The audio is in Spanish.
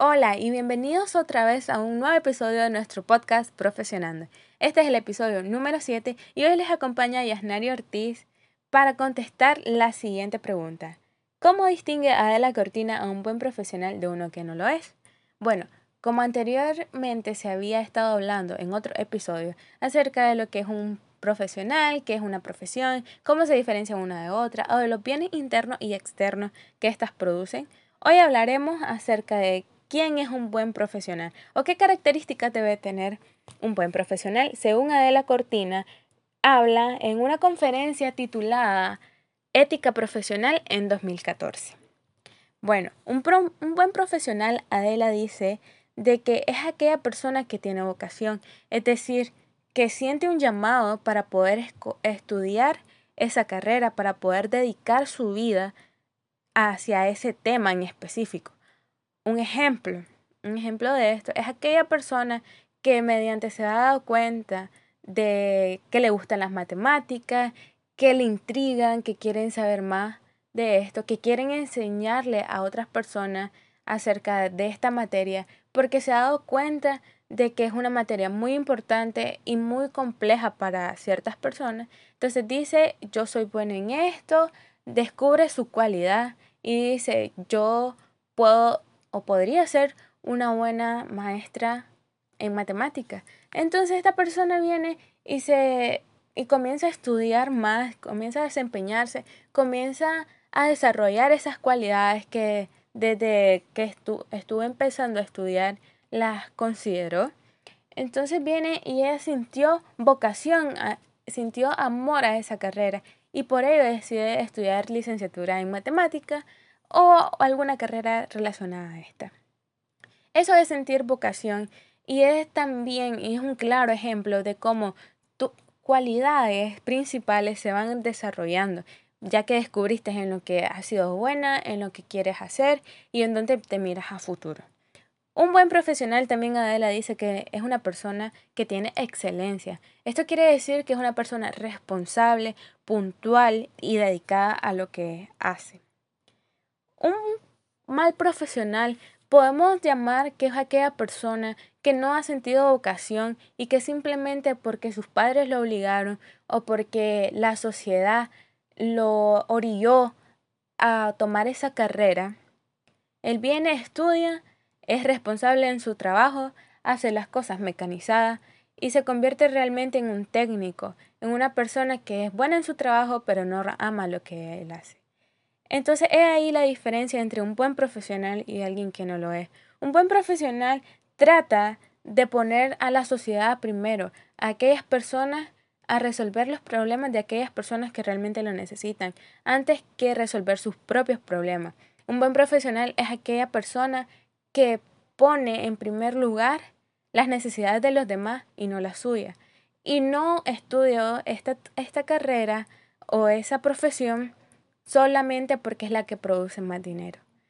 Hola y bienvenidos otra vez a un nuevo episodio de nuestro podcast Profesionando. Este es el episodio número 7 y hoy les acompaña Yasnari Ortiz para contestar la siguiente pregunta. ¿Cómo distingue Adela Cortina a un buen profesional de uno que no lo es? Bueno, como anteriormente se había estado hablando en otro episodio acerca de lo que es un profesional, qué es una profesión, cómo se diferencia una de otra, o de los bienes internos y externos que éstas producen, hoy hablaremos acerca de quién es un buen profesional o qué características debe tener un buen profesional. Según Adela Cortina, habla en una conferencia titulada Ética Profesional en 2014. Bueno, un buen profesional, Adela dice, de que es aquella persona que tiene vocación, es decir, que siente un llamado para poder estudiar esa carrera, para poder dedicar su vida hacia ese tema en específico. Un ejemplo de esto es aquella persona que mediante se ha dado cuenta de que le gustan las matemáticas, que le intrigan, que quieren saber más de esto, que quieren enseñarle a otras personas acerca de esta materia, porque se ha dado cuenta de que es una materia muy importante y muy compleja para ciertas personas. Entonces dice, yo soy bueno en esto, descubre su cualidad y dice, yo puedo o podría ser una buena maestra en matemáticas. Entonces esta persona viene y comienza a estudiar más, comienza a desempeñarse, comienza a desarrollar esas cualidades que desde que estuvo empezando a estudiar las consideró. Entonces viene y ella sintió vocación, sintió amor a esa carrera y por ello decide estudiar licenciatura en matemáticas o alguna carrera relacionada a esta. Eso es sentir vocación y es también y es un claro ejemplo de cómo tus cualidades principales se van desarrollando, ya que descubriste en lo que has sido buena, en lo que quieres hacer y en dónde te miras a futuro. Un buen profesional, también Adela dice que es una persona que tiene excelencia. Esto quiere decir que es una persona responsable, puntual y dedicada a lo que hace. Un mal profesional podemos llamar que es aquella persona que no ha sentido vocación y que simplemente porque sus padres lo obligaron o porque la sociedad lo orilló a tomar esa carrera, él viene, estudia, es responsable en su trabajo, hace las cosas mecanizadas y se convierte realmente en un técnico, en una persona que es buena en su trabajo pero no ama lo que él hace. Entonces es ahí la diferencia entre un buen profesional y alguien que no lo es. Un buen profesional trata de poner a la sociedad primero, a aquellas personas, a resolver los problemas de aquellas personas que realmente lo necesitan, antes que resolver sus propios problemas. Un buen profesional es aquella persona que pone en primer lugar las necesidades de los demás y no las suyas. Y no estudió esta carrera o esa profesión solamente porque es la que produce más dinero.